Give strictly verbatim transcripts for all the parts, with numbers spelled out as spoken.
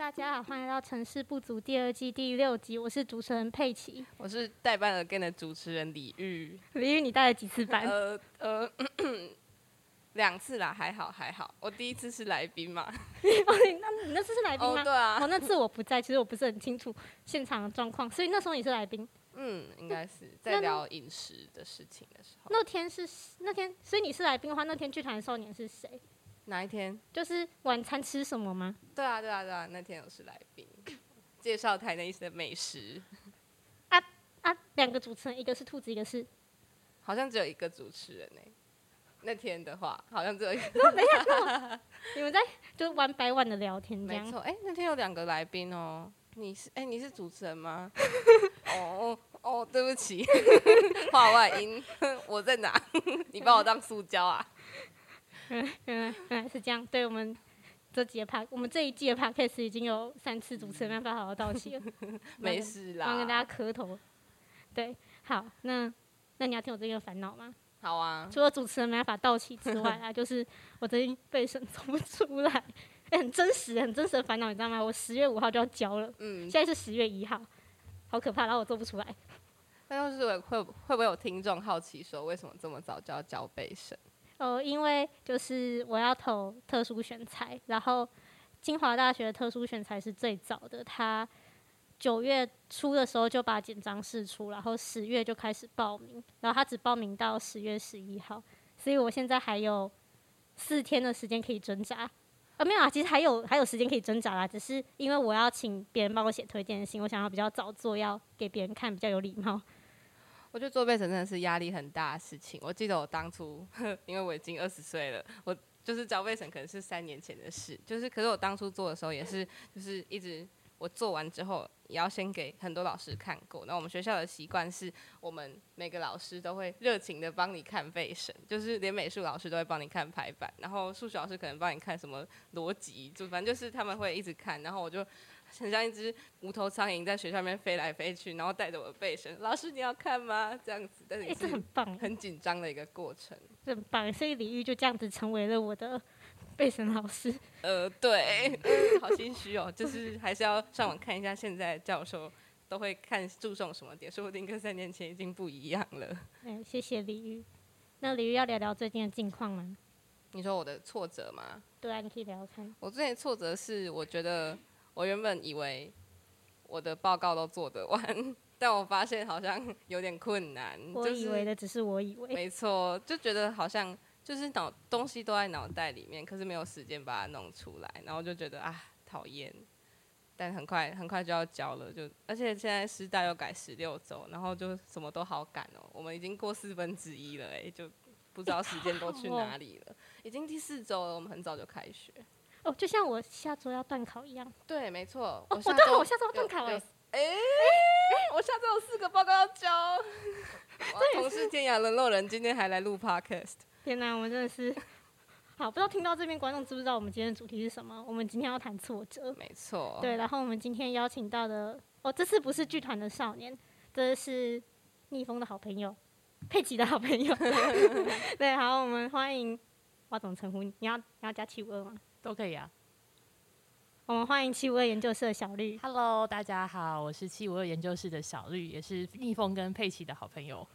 大家好，欢迎来到《城市不足》第二季第六集，我是主持人佩奇， 我是代班 again 的主持人李玉。 李玉，你带了几次班？ 呃呃，两次啦，还好还好。我第一次是来宾嘛。 哦，你那你那次是来宾吗？ 哦，对啊。 哦，那次我不在，其实我不是很清楚现场的状况，所以那时候你是来宾。 嗯，应该是在聊饮食的事情的时候。 那天是那天，所以你是来宾的话，那天剧团的少年是谁？ 哪一天？ 就是晚餐吃什么吗？ 对啊对啊对啊，那天我是来宾，介绍台南一些美食。 啊啊，两个主持人，一个是兔子，一个是…… 好像只有一个主持人呢、欸。那天的话，好像只有一个。 等一下，你们在就是玩白碗的聊天这样。 没错，哎、欸，那天有两个来宾哦。你是哎、欸，你是主持人吗？哦哦，对不起，话外音，我在哪？你把我当塑胶啊？ 原来原来原来是这样。对，我们这集的 P， 我们这一季的 Podcast 已经有三次主持人没办法好好道歉了。 没事啦， 帮跟大家磕头。对，好，那那你要听我这个烦恼吗？ 好啊。 除了主持人没办法道歉之外啊，就是我最近备审做不出来，欸、很真实很真实的烦恼，你知道吗？我十月五号就要交了，嗯，现在是十月一号，好可怕，然后我做不出来。 那就是会会不会有听众好奇说，为什么这么早就要交备审？ 哦，因为就是我要投特殊选才，然后清华大学的特殊选才是最早的，他九月初的时候就把简章释出，然后十月就开始报名，然后他只报名到十月十一号，所以我现在还有四天的时间可以挣扎。呃，没有啊，其实还有还有时间可以挣扎啦，只是因为我要请别人帮我写推荐信，我想要比较早做，要给别人看，比较有礼貌。 我觉得做备审真的是压力很大的事情。我记得我当初，因为我已经二十岁了，我就是交备审可能是三年前的事，就是可是我当初做的时候也是，就是一直我做完之后也要先给很多老师看过。那我们学校的习惯是，我们每个老师都会热情的帮你看备审，就是连美术老师都会帮你看排版，然后数学老师可能帮你看什么逻辑，就反正就是他们会一直看，然后我就很像一只无头苍蝇在学校里面飞来飞去，然后带着我的备审，老师你要看吗？这样子，但是也是很棒， 很紧张的一个过程。 这很棒，所以李玉就这样子成为了我的备审老师。 呃，对，呃、好心虚哦，就是还是要上网看一下现在教授都会看注重什么点，说不定跟三年前已经不一样了。 哎，谢谢李玉。那李玉要聊聊最近的近况吗？ 你说我的挫折吗？ 对啊，你可以聊聊看。 我最近的挫折是，我觉得我原本以为我的报告都做得完，但我发现好像有点困难。 我以为的只是我以为。 没错，就觉得好像就是脑东西都在脑袋里面，可是没有时间把它弄出来，然后就觉得啊讨厌。但很快很快就要交了，就而且现在师大又改十六周，然后就什么都好赶哦。我们已经过四分之一了，哎、欸，就不知道时间都去哪里了。已经第四周了，我们很早就开学。 哦，就像我下周要断考一样。 对，没错。 哦，我对，我下周要断考哎。 哎、欸，我下周有四个报告要交。同是天涯沦落人，今天还来录 podcast。 天哪，我们真的是。好，不知道听到这边观众知不知道我们今天的主题是什么？我们今天要谈挫折。 没错。 对，然后我们今天邀请到的，哦，这次不是剧团的少年，这是逆风的好朋友，佩奇的好朋友。对，好，我们欢迎，我要怎么称呼你？你要你要加七五二吗？ 都可以啊。 我们欢迎七五二研究室的小绿。 Hello， 大家好，我是七五二研究室的小绿，也是逆风跟佩奇的好朋友。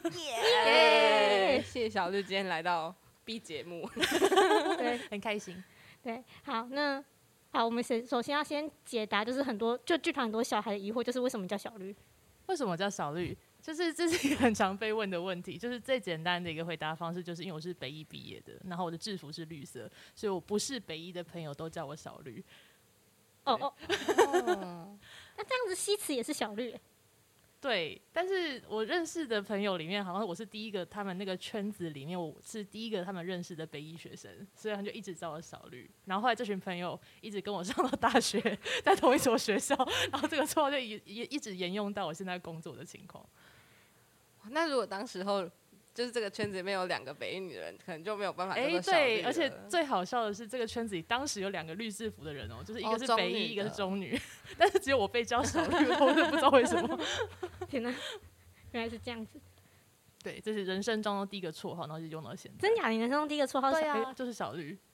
耶！谢谢小绿今天来到 B 节目。 对， 很开心。 对，好，那好，我们首先要先解答，就是很多就剧团很多小孩的疑惑，就是为什么叫小绿？ 为什么叫小绿？就是这是一个很常被问的问题，就是最简单的一个回答方式，就是因为我是北医毕业的，然后我的制服是绿色，所以我不是北医的朋友都叫我小绿。 哦哦，哦那这样子西辞也是小绿、欸。 对，但是我认识的朋友里面，好像我是第一个，他们那个圈子里面，我是第一个他们认识的北医学生，所以他们就一直叫我小绿。然后后来这群朋友一直跟我上到大学，在同一所学校，然后这个绰号就也也一直沿用到我现在工作的情况。 那如果当时候就是这个圈子里面有两个北一女的人，可能就没有办法叫做小绿了。 对，而且最好笑的是，这个圈子里当时有两个绿制服的人哦，就是一个是北一，一个是中女，但是只有我被叫小绿，我真的不知道为什么。 天哪，原来是这样子。 对，这是人生中的第一个绰号，然后就用到现在。 真假？你人生中第一个绰号是小绿？ 对啊，就是小绿。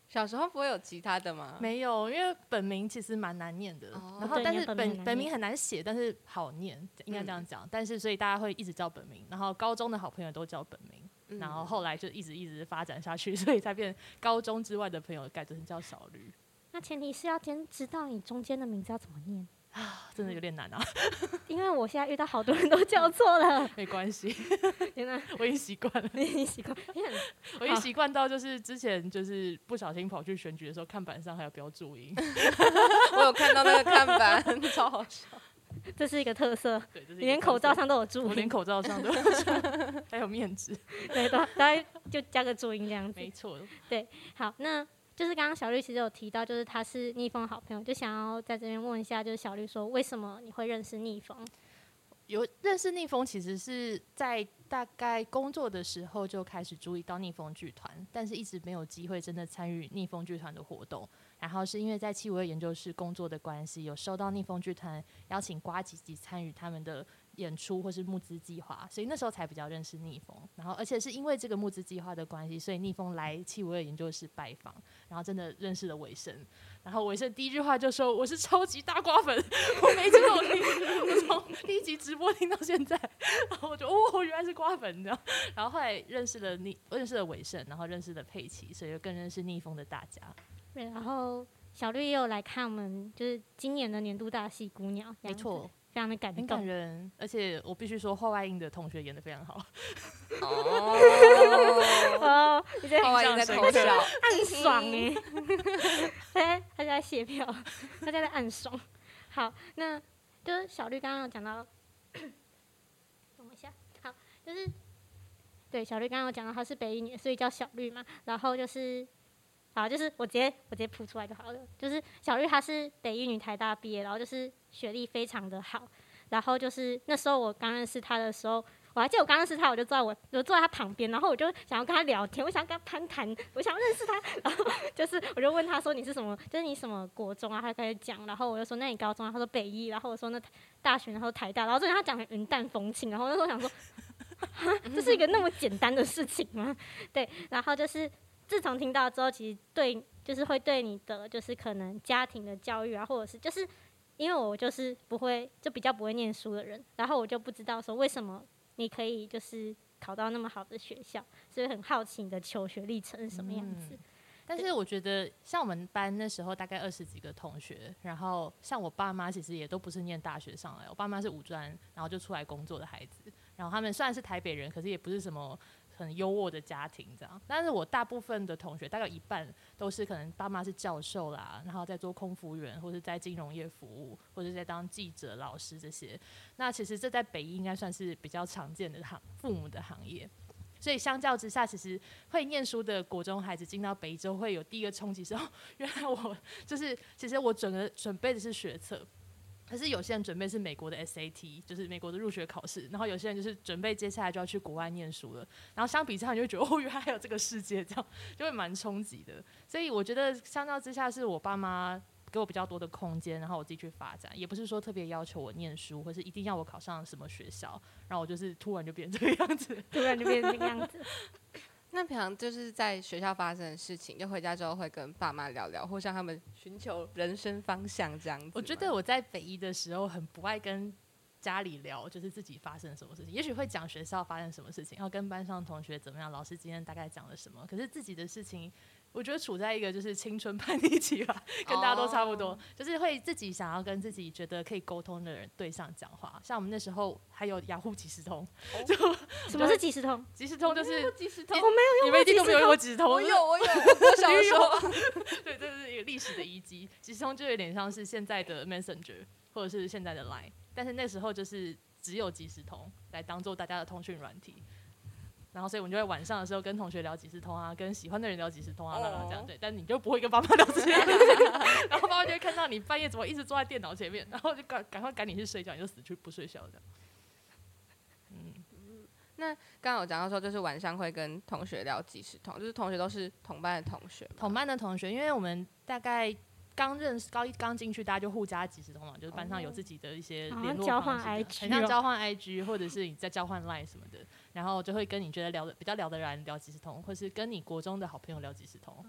小时候不会有其他的吗？ 没有，因为本名其实蛮难念的， 哦然后但是对本本名本名很难念很难写，但是好念，应该这样讲。但是所以大家会一直叫本名，然后高中的好朋友都叫本名， 嗯然后后来就一直一直发展下去，所以才变高中之外的朋友改成叫小绿。 那前提是要先知道你中间的名字要怎么念， 真的有点难啊， 因为我现在遇到好多人都叫错了。 没关系， 天哪， 我已经习惯了。 你已经习惯，你很我已经习惯到，就是之前就是不小心跑去选举的时候，看板上还有标注音。 我有看到那个看板，超好笑。 这是一个特色， 对，这是一个你连口罩特色， 上都有注我连音， 口罩上都有还有面纸， 对，都大概就加个注音这样子。 没错。 好，那就是刚刚小绿其实有提到，就是他是逆风好朋友，就想要在这边问一下，就是小绿说，为什么你会认识逆风？ 有认识逆风，其实是在大概工作的时候就开始注意到逆风剧团，但是一直没有机会真的参与逆风剧团的活动。然后是因为在七五二研究室工作的关系，有收到逆风剧团邀请呱吉吉参与他们的演出或是募资计划，所以那时候才比较认识逆风。然后而且是因为这个募资计划的关系，所以逆风来七五二研究室拜访，然后真的认识了伟生。然后伟生第一句话就说：“我是超级大瓜粉，我每一集都有听，我从第一集直播听到现在。”然后我就哦，原来是瓜粉这样。然后后来认识了逆，认识了伟生，然后认识了佩奇，所以就更认识逆风的大家。 对，然后小绿也有来看我们，就是今年的年度大戏《孤鸟》， 没错， 非常的感很动， 感人。而且我必须说，后外映的同学演得非常好， 哦， 哦，你在后来也在偷笑。 暗爽哎、他在他在卸票，他在暗爽。好，那就是小绿刚刚有讲到，等我一下，好，就是对小绿刚刚有讲到她是北一女，所以叫小绿嘛。然后就是，好，就是我直接我直接铺出来就好了。就是小绿她是北一女台大毕业，然后就是学历非常的好。然后就是那时候我刚认识她的时候，我还记得我刚认识她，我就坐在我我坐在她旁边，然后我就想要跟她聊天，我想要跟她攀谈，我想要认识她。然后就是我就问她说你是什么，就是你什么国中啊？她就开始讲，然后我就说那你高中啊？她说北一，然后我说那大学，然后台大，然后最后她讲得云淡风轻，然后那时候我想说，这是一个那么简单的事情吗？对，然后就是自从听到之后，其实对就是会对你的就是可能家庭的教育啊，或者是就是因为我就是不会就比较不会念书的人，然后我就不知道说为什么你可以就是考到那么好的学校，所以很好奇你的求学历程是什么样子。 嗯但是我觉得，像我们班那时候大概二十几个同学，然后像我爸妈其实也都不是念大学上来，我爸妈是五专，然后就出来工作的孩子，然后他们虽然是台北人，可是也不是什么很优渥的家庭这样。但是我大部分的同学，大概有一半都是可能爸妈是教授啦，然后在做空服员，或者在金融业服务，或者在当记者、老师这些。那其实这在北医应该算是比较常见的行父母的行业。所以相较之下，其实会念书的国中孩子进到北一之后，会有第一个冲击是，哦，原来我就是其实我整个准备的是学测，可是有些人准备是美国的 S A T， 就是美国的入学考试，然后有些人就是准备接下来就要去国外念书了，然后相比之下你就会觉得哦，原来还有这个世界，这样就会蛮冲击的。所以我觉得相较之下，是我爸妈给我比较多的空间，然后我自己去发展，也不是说特别要求我念书，或是一定要我考上什么学校，然后我就是突然就变成这个样子， 突然就变成这个样子。 那平常就是在学校发生的事情，就回家之后会跟爸妈聊聊，或向他们寻求人生方向这样子吗。 我觉得我在北一的时候很不爱跟家里聊，就是自己发生了什么事情，也许会讲学校发生什么事情，要跟班上同学怎么样，老师今天大概讲了什么，可是自己的事情。我觉得处在一个就是青春叛逆期吧，跟大家都差不多， oh. 就是会自己想要跟自己觉得可以沟通的人对象讲话。像我们那时候还有雅虎即时通， oh. 就什么是即时通？ 即时通就是即时通， 我没有用过即时通， 你们一定都没有用过即时通。 我有，我有，我小时候。 对，这是一个历史的遗迹。即时通就有点像是现在的 Messenger 或者是现在的 Line， 但是那时候就是只有即时通来当做大家的通讯软体。然后，所以我们就会晚上的时候跟同学聊即时通啊，跟喜欢的人聊即时通啊，那、oh. 这样对。但你就不会跟爸妈聊这些，然后爸妈就会看到你半夜怎么一直坐在电脑前面，然后就赶赶快赶你去睡觉，你就死去不睡觉的。嗯， 那刚刚有讲到说，就是晚上会跟同学聊即时通，就是同学都是同班的同学， 同班的同学，因为我们大概。刚认识高一刚进去，大家就互加即时通嘛，就是班上有自己的一些联络方式，很像交换 I G， 或者是你在交换 Line 什么的，然后就会跟你觉得聊的比较聊得来聊即时通，或是跟你国中的好朋友聊即时通的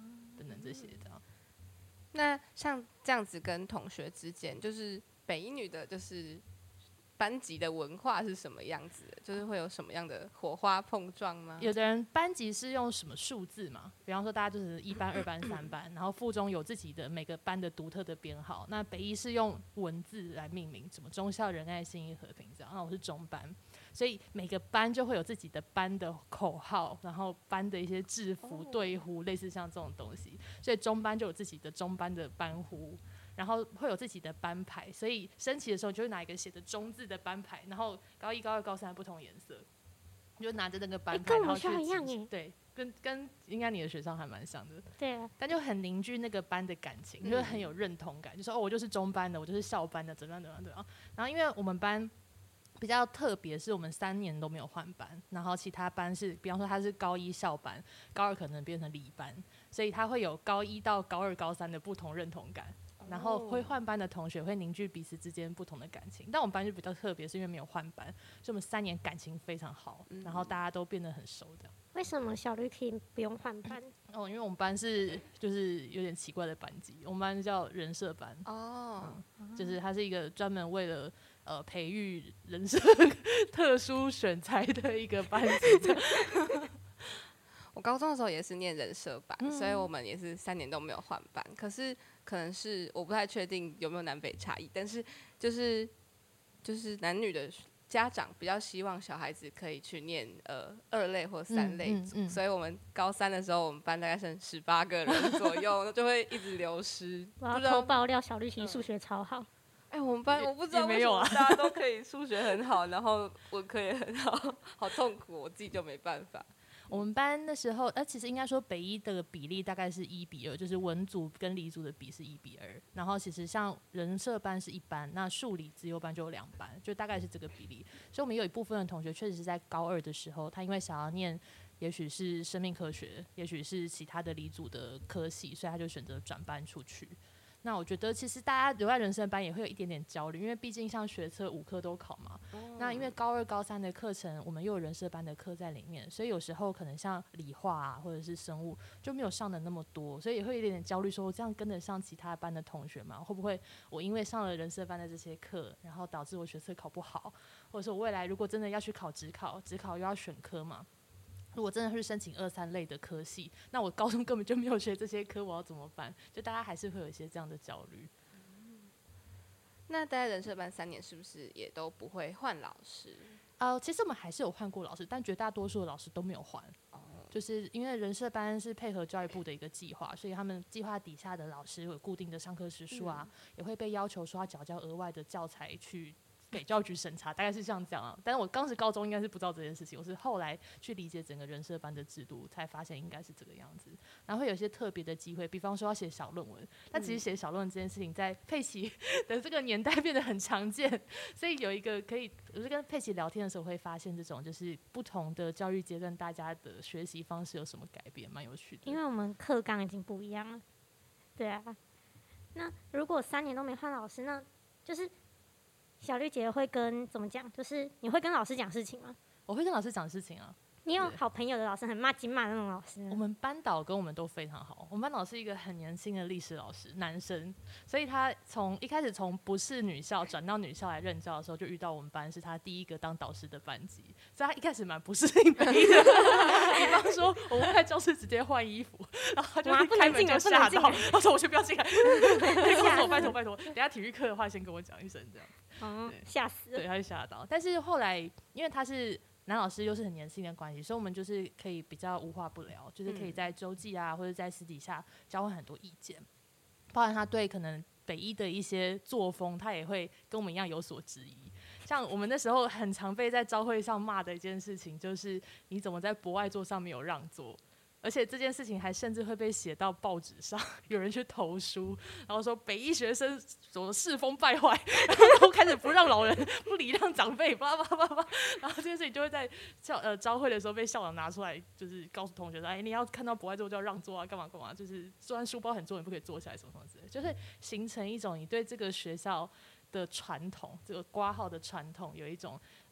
等等这些这样。 那像这样子跟同学之间，就是北一女的，就是班级的文化是什么样子的？就是会有什么样的火花碰撞吗？ 有的人班级是用什么数字嘛？比方说大家就是一班、二班、三班，然后附中有自己的每个班的独特的编号。那北一是用文字来命名，什么忠孝仁爱信义和平这样。那我是中班，所以每个班就会有自己的班的口号，然后班的一些制服、队呼，类似像这种东西。所以中班就有自己的中班的班呼。然后会有自己的班牌，所以升旗的时候就会拿一个写着“中”字的班牌，然后高一、高二、高三不同颜色，你就拿着那个班牌， 欸、跟我们然后去学校一样耶。 对，跟跟应该你的学校还蛮像的。 对啊， 但就很凝聚那个班的感情， 嗯、 就会很有认同感，就说哦，我就是中班的，我就是校班的，怎么样怎么样怎么样。然后因为我们班比较特别，是我们三年都没有换班，然后其他班是，比方说他是高一校班，高二可能变成理班，所以他会有高一到高二、高三的不同认同感。然后会换班的同学会凝聚彼此之间不同的感情，但我们班就比较特别，是因为没有换班，所以我们三年感情非常好，然后大家都变得很熟的。 为什么小绿可以不用换班？ 哦，因为我们班是就是有点奇怪的班级，我们班叫人设班哦、嗯，就是它是一个专门为了呃培育人设特殊选材的一个班级。 我高中的时候也是念人社班、 嗯， 所以我们也是三年都没有换班。可是可能是我不太确定有没有南北差异，但是就是就是男女的家长比较希望小孩子可以去念呃二类或三类组、嗯嗯嗯，所以我们高三的时候，我们班大概剩十八个人左右，那就会一直流失。 我要偷爆料，小绿其实数学超好。 哎、欸，我们班我不知道为什么大家都可以数学很好，然后文科也很好，好痛苦，我自己就没办法。 我们班那时候，呃，其实应该说北一的比例大概是一比二，就是文组跟理组的比是一比二。然后其实像人社班是一班，那数理资优班就有两班，就大概是这个比例。所以我们有一部分的同学确实是在高二的时候，他因为想要念，也许是生命科学，也许是其他的理组的科系，所以他就选择转班出去。那我觉得其实大家留在人生班也会有一点点焦虑，因为毕竟像学测五科都考嘛、哦、那因为高二高三的课程我们又有人社班的课在里面，所以有时候可能像理化啊或者是生物就没有上的那么多，所以也会有一点点焦虑，说我这样跟得上其他班的同学吗？会不会我因为上了人社班的这些课，然后导致我学测考不好，或者是我未来如果真的要去考指考，指考又要选科嘛，如果真的是申请二三类的科系，那我高中根本就没有学这些科，我要怎么办？就大家还是会有一些这样的焦虑。 嗯、那待在人社班三年，是不是也都不会换老师？ 呃，其实我们还是有换过老师，但绝大多数的老师都没有换。哦，就是因为人社班是配合教育部的一个计划，所以他们计划底下的老师有固定的上课时数啊、嗯，也会被要求说要缴交额外的教材去给教育局审查，大概是这样讲啊。但是我当时高中应该是不知道这件事情，我是后来去理解整个人社班的制度，才发现应该是这个样子。然后会有一些特别的机会，比方说要写小论文，但其实写小论文这件事情在佩奇的这个年代变得很常见，所以有一个可以，我就跟佩奇聊天的时候会发现，这种就是不同的教育阶段，大家的学习方式有什么改变，蛮有趣的。 因为我们课纲已经不一样了，对啊。那如果三年都没换老师，那就是小绿姐会跟怎么讲？就是你会跟老师讲事情吗？ 我会跟老师讲事情啊。 你有好朋友的老师，很骂金骂的那种老师？ 我们班导跟我们都非常好。我们班导是一个很年轻的历史老师，男生，所以他从一开始从不是女校转到女校来任教的时候，就遇到我们班是他第一个当导师的班级，所以他一开始蛮不适应北一的。比方说，我们在教室直接换衣服，然后他就开门就吓到，他说：“我先不要进来，告诉我拜托拜托，等一下体育课的话先跟我讲一声这样。” 哦，吓死了。 对，他就吓到。但是后来，因为他是男老师，又是很年轻的关系，所以我们就是可以比较无话不聊，就是可以在周记啊，或者在私底下交换很多意见，包含他对可能北一的一些作风，他也会跟我们一样有所质疑。像我们那时候很常被在朝会上骂的一件事情，就是你怎么在博爱座上没有让座？而且这件事情还甚至会被写到报纸上，有人去投书，然后说北一学生什么世风败坏，然后都开始不让老人、不礼让长辈，叭叭叭叭，然后这件事情就会在校呃朝会的时候被校长拿出来，就是告诉同学说，哎，你要看到博爱座就要让座啊，干嘛干嘛，就是虽然书包很重，你不可以坐下来，什么什么之类的，就是形成一种你对这个学校的传统，这个挂号的传统，有一种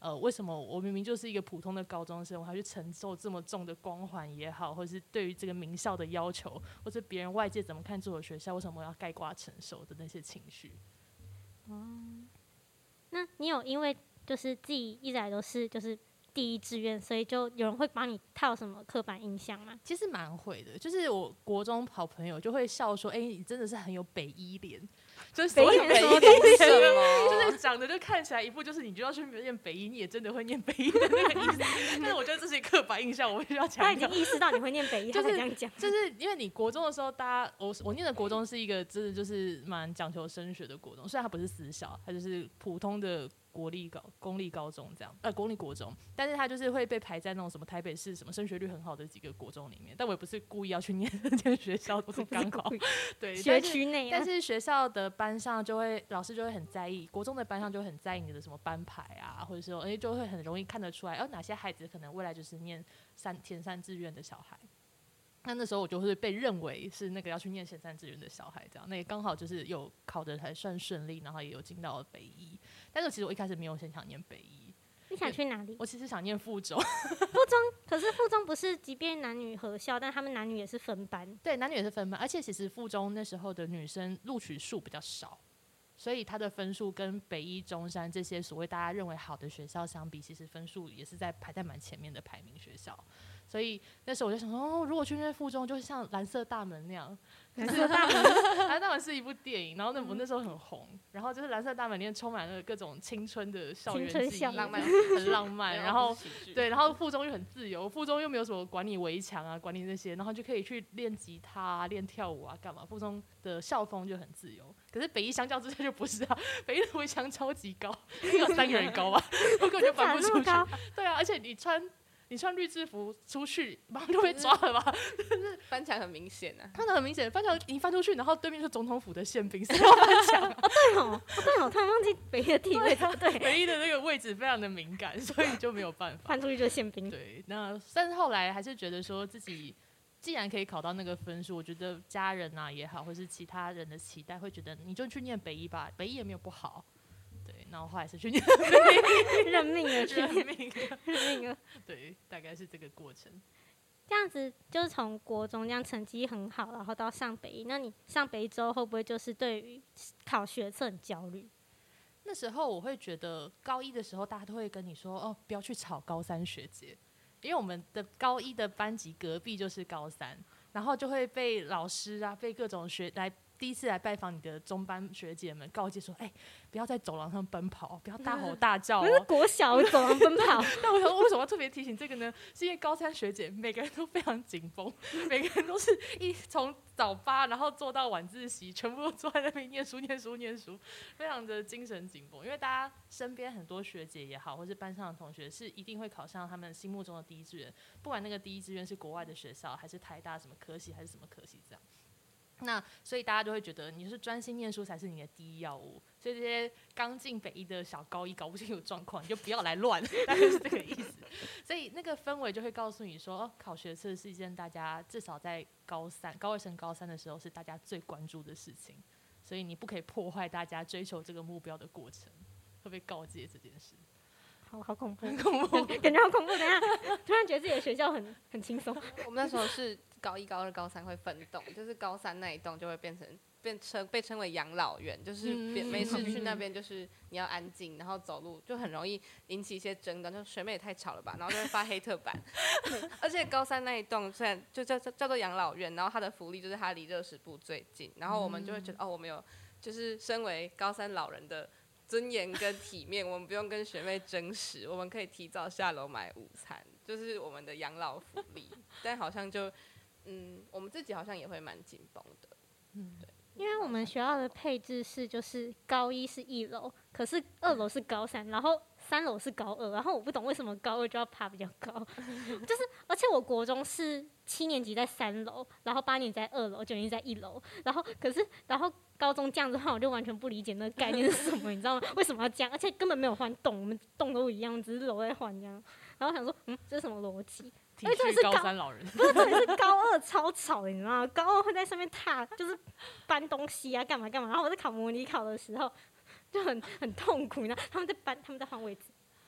呃，为什么我明明就是一个普通的高中生，我还去承受这么重的光环也好，或是对于这个名校的要求，或是别人外界怎么看这所学校，为什么我要概括承受的那些情绪。 哦，那你有因为就是自己一直来都是就是第一志愿，所以就有人会帮你套什么刻板印象吗？ 其实蛮会的，就是我国中好朋友就会笑说：“哎、欸，你真的是很有北一脸。”就是所有北一什么？ 就是长得就看起来一副就是你就要去念北一，你也真的会念北一的那个意思。但是我觉得这是一个刻板印象，我必须要强调。 他已经意识到你会念北一， 就是、 他才这样讲。 就是因为你国中的时候，大家我我念的国中是一个真的就是蛮讲求升学的国中，虽然它不是私校，它就是普通的国立高公立高中这样，呃公立国中，但是它就是会被排在那种什么台北市什么升学率很好的几个国中里面。但我也不是故意要去念这间学校，不是刚好对学区内、 啊，但是学校的班上就会老师就会很在意，国中的班上就会很在意你的什么班牌啊，或者说哎就会很容易看得出来，哦哪些孩子可能未来就是念三前三志愿的小孩。那那时候我就会被认为是那个要去念前三志愿的小孩，这样，那也刚好就是有考得还算顺利，然后也有进到了北一。但是其实我一开始没有很想念北一， 你想去哪里？ 我其实想念附中。 附中，可是附中不是即便男女合校，但他们男女也是分班。 对，男女也是分班，而且其实附中那时候的女生录取数比较少，所以他的分数跟北一、中山这些所谓大家认为好的学校相比，其实分数也是在排在蛮前面的排名学校。所以那时候我就想说，哦，如果去那附中，就像蓝色大门那样。蓝色大门，蓝色大门是一部电影，然后那我那时候很红，然后就是蓝色大门里面充满了各种青春的校园记忆， 浪漫， 很浪漫。然后对，然后附中又很自由，附中又没有什么管你围墙啊，管你那些，然后就可以去练吉他啊、练跳舞啊，干嘛？附中的校风就很自由。可是北一相较之下就不是啊，北一的围墙超级高，应该有三个人高吧，我根本就搬不出去。对啊，而且你穿。你穿绿制服出去，马上就被抓了吧？ 翻墙很明显啊， 翻墙很明显，翻墙你翻出去，然后对面是总统府的宪兵，谁要翻墙？ 哦，对哦，对哦，突然忘记北一的地位，对， 对，北一的那个位置非常的敏感，所以就没有办法翻出去就是宪兵。 对，那但是后来还是觉得说自己既然可以考到那个分数，我觉得家人啊也好，或是其他人的期待，会觉得你就去念北一吧，北一也没有不好。对，然后后来是去念认命了， 认命了， 认命了。 对，大概是这个过程。 这样子就是从国中这样成绩很好，然后到上北一，那你上北一之后会不会就是对于考学测很焦虑？ 那时候我会觉得高一的时候，大家都会跟你说哦，不要去吵高三学姐，因为我们的高一的班级隔壁就是高三，然后就会被老师啊，被各种学来。第一次来拜访你的中班学姐们告诫说：“哎、欸，不要在走廊上奔跑，不要大吼大叫哦。” 我是国小走廊奔跑。 但我想，为什么要特别提醒这个呢？是因为高三学姐每个人都非常紧绷，每个人都是一从早八然后坐到晚自习，全部都坐在那边念书、念书、念书，非常的精神紧绷。因为大家身边很多学姐也好，或是班上的同学，是一定会考上他们心目中的第一志愿，不管那个第一志愿是国外的学校，还是台大什么科系，还是什么科系这样。那所以大家就会觉得你是专心念书才是你的第一要务，所以这些刚进北一的小高一搞不清楚状况，你就不要来乱，大概是这个意思。所以那个氛围就会告诉你说，哦，考学测是一件大家至少在高三、高二升高三的时候是大家最关注的事情，所以你不可以破坏大家追求这个目标的过程，会被告诫这件事。 好好恐怖， 很恐怖， 感觉好恐怖。等一下，突然觉得自己的学校很很轻松。 我们那时候是高一、高二、高三会分栋，就是高三那一栋就会变成变称被称为养老院，就是没事去那边就是你要安静，然后走路就很容易引起一些争端，就学妹也太吵了吧，然后就会发黑特版。而且高三那一栋虽然就叫叫做养老院，然后它的福利就是它离热食部最近，然后我们就会觉得、嗯、哦，我们有就是身为高三老人的尊严跟体面，我们不用跟学妹争食，我们可以提早下楼买午餐，就是我们的养老福利。但好像就，嗯，我们自己好像也会蛮紧绷的，嗯，对。 因为我们学校的配置是，就是高一是一楼，可是二楼是高三，然后三楼是高二，然后我不懂为什么高二就要爬比较高，就是而且我国中是七年级在三楼，然后八年级在二楼，九年级在一楼，然后可是然后高中这样子的话，我就完全不理解那个概念是什么，你知道吗？为什么要这样？而且根本没有换栋，我们栋都一样，只是楼在换这样，然后想说，嗯，这是什么逻辑？ 体恤高三老人， 不是，特别是高二超吵的，你知道吗？高二会在上面踏，就是搬东西啊，干嘛干嘛。然后我在考模拟考的时候就很很痛苦，你知道，他们在搬，他们在换位置。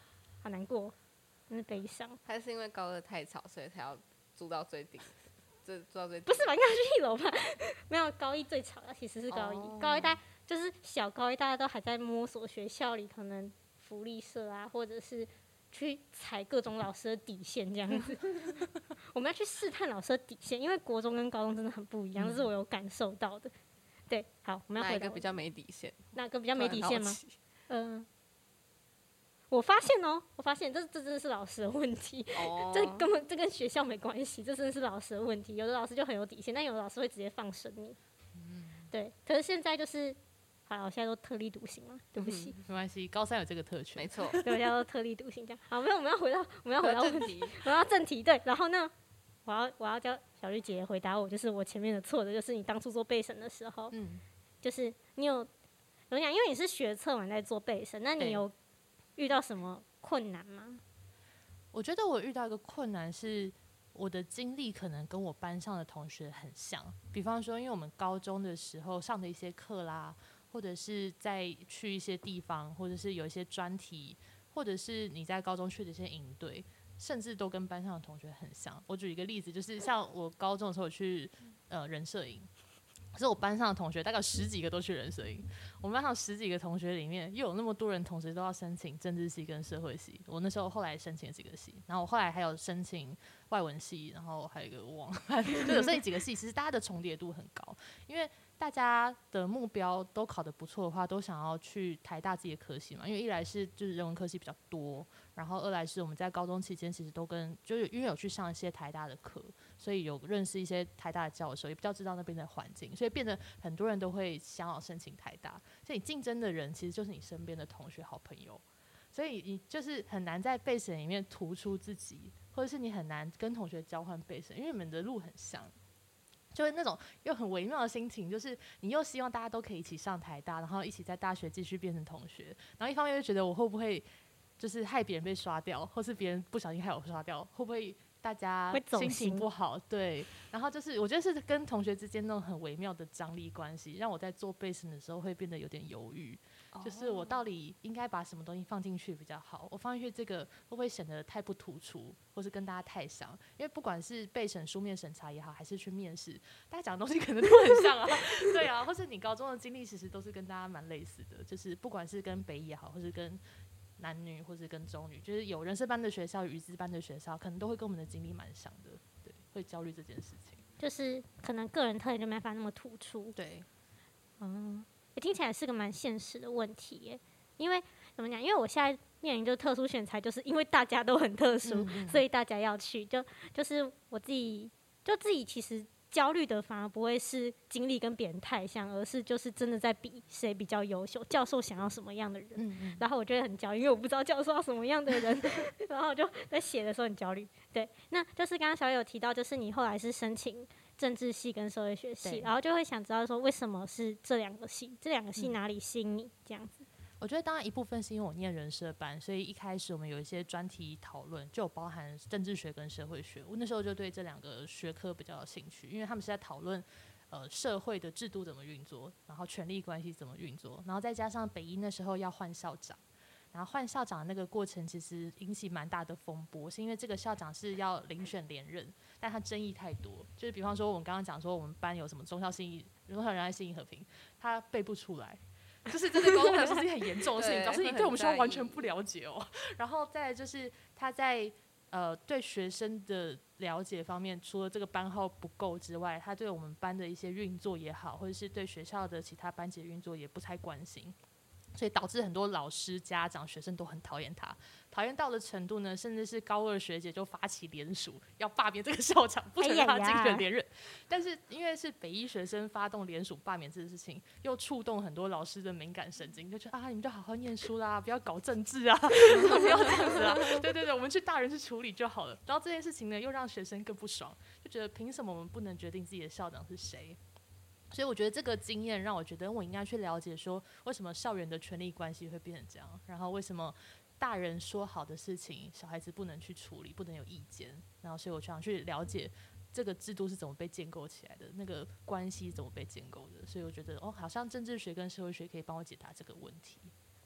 好难过，真是悲伤。 还是因为高二太吵，所以才要住到最顶，这住到最顶。 不是吧？应该去一楼吧？没有，高一最吵的其实是高一， 哦、 高一大就是小高一，大家都还在摸索学校里可能福利社啊，或者是去踩各种老师的底线这样子。我们要去试探老师的底线，因为国中跟高中真的很不一样，这是我有感受到的。对，好，我们要回到哪一个比较没底线？ 哪个比较没底线吗？嗯、呃，我发现哦，我发现这这真的是老师的问题， 哦、 这根本这跟学校没关系，这真的是老师的问题。有的老师就很有底线，但有的老师会直接放生你。嗯、对，可是现在就是，好，我现在都特立独行嘛，对不起， 嗯、没关系，高三有这个特权， 没错， 对，我现在都特立独行这样。好，没有，我们要回到我们要回到正题， 我要正题，对，然后呢？我要我要叫小绿姐回答我，就是我前面的错的，就是你当初做备审的时候，嗯，就是你有怎么讲？因为你是学测完在做备审，那你有遇到什么困难吗？ 我觉得我遇到一个困难是，我的经历可能跟我班上的同学很像。比方说，因为我们高中的时候上的一些课啦，或者是在去一些地方，或者是有一些专题，或者是你在高中去的一些营队。甚至都跟班上的同学很像。我举一个例子，就是像我高中的时候我去呃人社营，可是我班上的同学大概有十几个都去人社营。我们班上十几个同学里面，又有那么多人同时都要申请政治系跟社会系。我那时候后来申请了几个系，然后我后来还有申请外文系，然后还有一个我忘了，就有申请几个系。其实大家的重叠度很高，因为大家的目标都考得不错的话，都想要去台大自己的科系嘛。因为一来是就是人文科系比较多，然后二来是我们在高中期间其实都跟就是因为有去上一些台大的课，所以有认识一些台大的教授，也比较知道那边的环境，所以变得很多人都会想要申请台大。所以你竞争的人其实就是你身边的同学、好朋友，所以你就是很难在备审里面突出自己，或者是你很难跟同学交换备审，因为你们的路很像。就是那种又很微妙的心情，就是你又希望大家都可以一起上台大，然后一起在大学继续变成同学，然后一方面又觉得我会不会就是害别人被刷掉，或是别人不小心害我刷掉，会不会大家心情不好？对，然后就是我觉得是跟同学之间那种很微妙的张力关系，让我在做备审的时候会变得有点犹豫。就是我到底应该把什么东西放进去比较好？我放进去这个会不会显得太不突出，或是跟大家太像？因为不管是备审书面审查也好，还是去面试，大家讲的东西可能都很像啊，对啊，或是你高中的经历其实都是跟大家蛮类似的，就是不管是跟北艺也好，或是跟男女，或是跟中女，就是有人事班的学校、语资班的学校，可能都会跟我们的经历蛮像的，对，会焦虑这件事情， 就是可能个人特点就没法那么突出， 对， 嗯。听起来是个蛮现实的问题耶，因为怎么讲？因为我现在面临就是特殊选材，就是因为大家都很特殊，嗯嗯所以大家要去。就就是我自己，就自己其实焦虑的反而不会是经历跟别人太像，而是就是真的在比谁比较优秀，教授想要什么样的人。嗯嗯然后我就会很焦虑，因为我不知道教授要什么样的人，然后我就在写的时候很焦虑。对，那就是刚刚小友有提到，就是你后来是申请政治系跟社会学系，然后就会想知道说为什么是这两个系，这两个系哪里吸引你这样子？ 我觉得当然一部分是因为我念人社班，所以一开始我们有一些专题讨论，就有包含政治学跟社会学。我那时候就对这两个学科比较有兴趣，因为他们是在讨论呃社会的制度怎么运作，然后权力关系怎么运作，然后再加上北医那时候要换校长。然后换校长的那个过程其实引起蛮大的风波，是因为这个校长是要遴选连任，但他争议太多。就是比方说我们刚刚讲说我们班有什么中校信义、中校仁爱信义和平，他背不出来，就是这对高中来说是一件很严重的事情，导致你对我们学校完全不了解哦。然后再来就是他在呃对学生的了解方面，除了这个班号不够之外，他对我们班的一些运作也好，或者是对学校的其他班级的运作也不太关心。所以导致很多老师、家长、学生都很讨厌他，讨厌到的程度呢，甚至是高二学姐就发起联署，要罢免这个校长，不准让他竞选连任。哎、但是因为是北医学生发动联署罢免这个事情，又触动很多老师的敏感神经，就觉得啊，你们就好好念书啦，不要搞政治啊，不要这样子啊，对对对，我们去大人去处理就好了。然后这件事情呢，又让学生更不爽，就觉得凭什么我们不能决定自己的校长是谁？所以我觉得这个经验让我觉得我应该去了解说为什么校园的权力关系会变成这样，然后为什么大人说好的事情小孩子不能去处理，不能有意见，然后所以我想去了解这个制度是怎么被建构起来的，那个关系怎么被建构的。所以我觉得哦，好像政治学跟社会学可以帮我解答这个问题。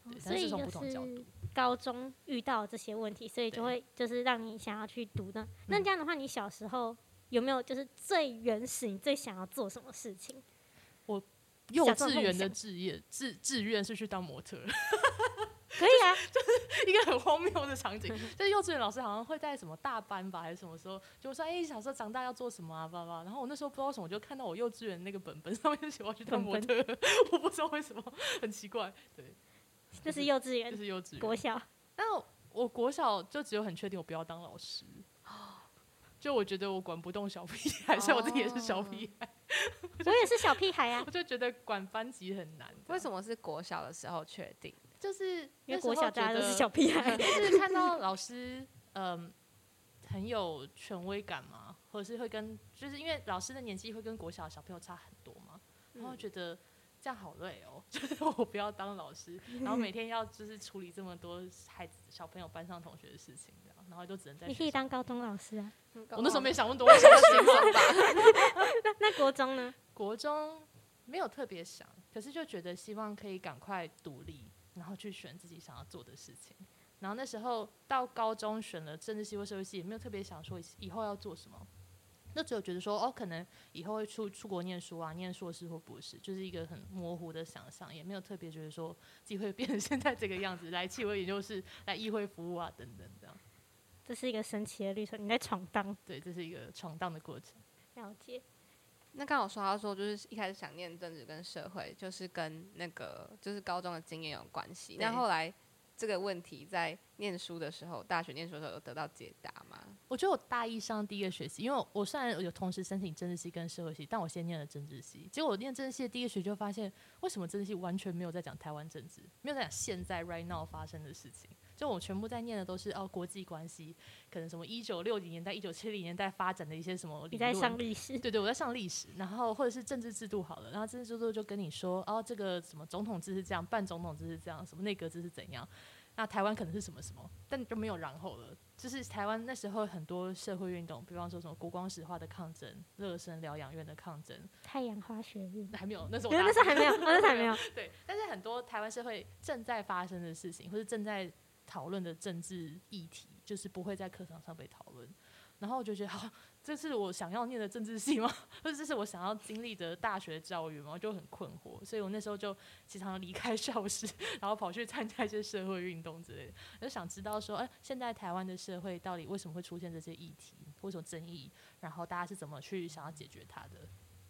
对， 所以但是从不就是同角度。 高中遇到这些问题，所以就会就是让你想要去读的。那这样的话，你小时候有没有就是最原始你最想要做什么事情？ 我幼稚园的志业志志愿是去当模特。 可以啊， 就是一个很荒谬的场景，就是幼稚园老师好像会在什么大班吧，还是什么时候，就说哎、欸，小时候长大要做什么啊，巴拉。然后我那时候不知道为什么，我就看到我幼稚园那个本本上面就写我要去当模特，我不知道为什么，很奇怪。对， 这是幼稚园， 就是幼稚园， 国小。 但我国小就只有很确定我不要当老师，就我觉得我管不动小屁孩，所以我自己也是小屁孩。 我也是小屁孩啊， 我就觉得管班级很难。 为什么是国小的时候确定？ 就是因为国小大家都是小屁孩， 就是看到老师嗯很有权威感嘛，或者是会跟，就是因为老师的年纪会跟国小的小朋友差很多嘛，然后觉得这样好累哦，就是我不要当老师，然后每天要就是处理这么多孩子小朋友班上同学的事情，这样，然后就只能在学校。 你可以当高中老师啊。 我那时候没想那么多，我想新闻吧。 那那国中呢？ 国中没有特别想，可是就觉得希望可以赶快独立，然后去选自己想要做的事情。然后那时候到高中选了政治系或社会系，也没有特别想说以后要做什么，那只有觉得说哦，可能以后会出出国念书啊，念硕士或博士，就是一个很模糊的想象，也没有特别觉得说自己会变成现在这个样子，来企鹅研究室、来议会服务啊等等这样。 这是一个神奇的旅程，你在闯荡。 对，这是一个闯荡的过程。 了解。 那刚好说到说，就是一开始想念政治跟社会，就是跟那个就是高中的经验有关系。那后来这个问题在念书的时候，大学念书的时候有得到解答吗？ 我觉得我大一上第一个学期，因为我虽然有同时申请政治系跟社会系，但我先念了政治系。结果我念政治系的第一个学期就发现，为什么政治系完全没有在讲台湾政治，没有在讲现在 right now 发生的事情。就我全部在念的都是哦国际关系，可能什么一九六零年代、一九七零年代发展的一些什么理论。 你在上历史？ 对对，我在上历史，然后或者是政治制度好了，然后政治制度就跟你说哦，这个什么总统制是这样，半总统制是这样，什么内阁制是怎样。那台湾可能是什么什么，但就没有然后了。就是台湾那时候很多社会运动，比方说什么国光石化的抗争、热身疗养院的抗争、 太阳花学运还没有，那时候那时候还没有，那时候还没有。 对，但是很多台湾社会正在发生的事情，或是正在讨论的政治议题，就是不会在课堂上被讨论。然后我就觉得，好，这是我想要念的政治系吗？或者这是我想要经历的大学教育吗？我就很困惑，所以我那时候就经常离开校室，然后跑去参加一些社会运动之类的。我就想知道说，哎、欸，现在台湾的社会到底为什么会出现这些议题，为什么争议，然后大家是怎么去想要解决它的？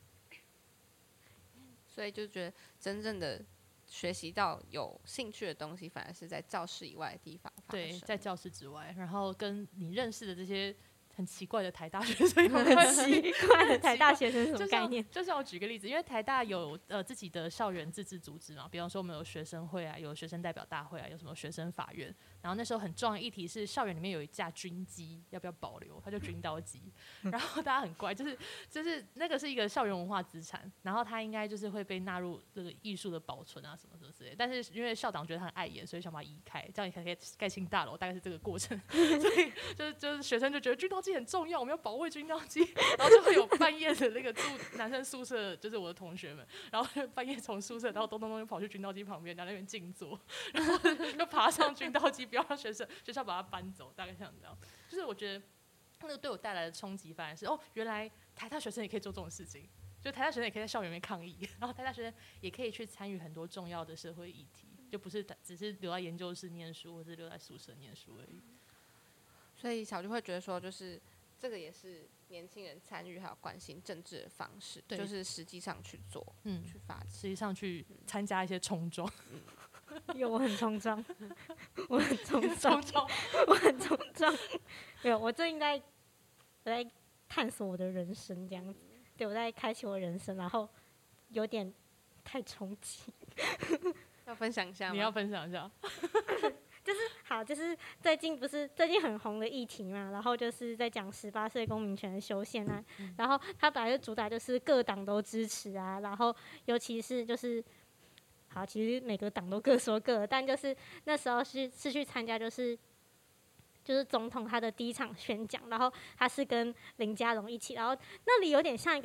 所以就觉得真正的学习到有兴趣的东西，反而是在教室以外的地方发生。 对，在教室之外，然后跟你认识的这些很奇怪的台大学生有关系。很奇怪的台大学生是什么概念？ 就像我举个例子，因为台大有呃自己的校园自治组织嘛，比方说我们有学生会啊，有学生代表大会啊，有什么学生法院。然后那时候很重要的议题是校园里面有一架军机，要不要保留？它叫军刀机。然后大家很乖，就是就是那个是一个校园文化资产，然后它应该就是会被纳入这个艺术的保存啊什么什么之类的。但是因为校长觉得它很碍眼，所以想把它移开，这样才可以盖新大楼，大概是这个过程。所以就是就是学生就觉得军刀机很重要，我们要保卫军刀机，然后就会有半夜的那个住男生宿舍，就是我的同学们，然后就半夜从宿舍然后咚咚咚就跑去军刀机旁边，在那边静坐，然后就爬上军刀机，不要让学生学校把它搬走，大概像这样。就是我觉得那个对我带来的冲击，反而是哦，原来台大学生也可以做这种事情，就台大学生也可以在校园里面抗议，然后台大学生也可以去参与很多重要的社会议题，就不是只是留在研究室念书，或是留在宿舍念书而已。 所以小就会觉得说，就是这个也是年轻人参与还有关心政治的方式，就是实际上去做，嗯，去发起， 实际上去参加一些冲撞。 嗯有，我很冲撞，我很冲撞，我很冲撞。没有，我最近在我在探索我的人生，这样子。对，我在开启我的人生，然后有点太冲击。 要分享一下吗？ 你要分享一下。 就是好，就是最近不是最近很红的议题嘛，然后就是在讲十八岁公民权的修宪啊，嗯、然后他本来就主打就是各党都支持啊，然后尤其是就是好，其实每个党都各说各的，但就是那时候是是去参加就是就是总统他的第一场宣讲，然后他是跟林佳龙一起，然后那里有点像一个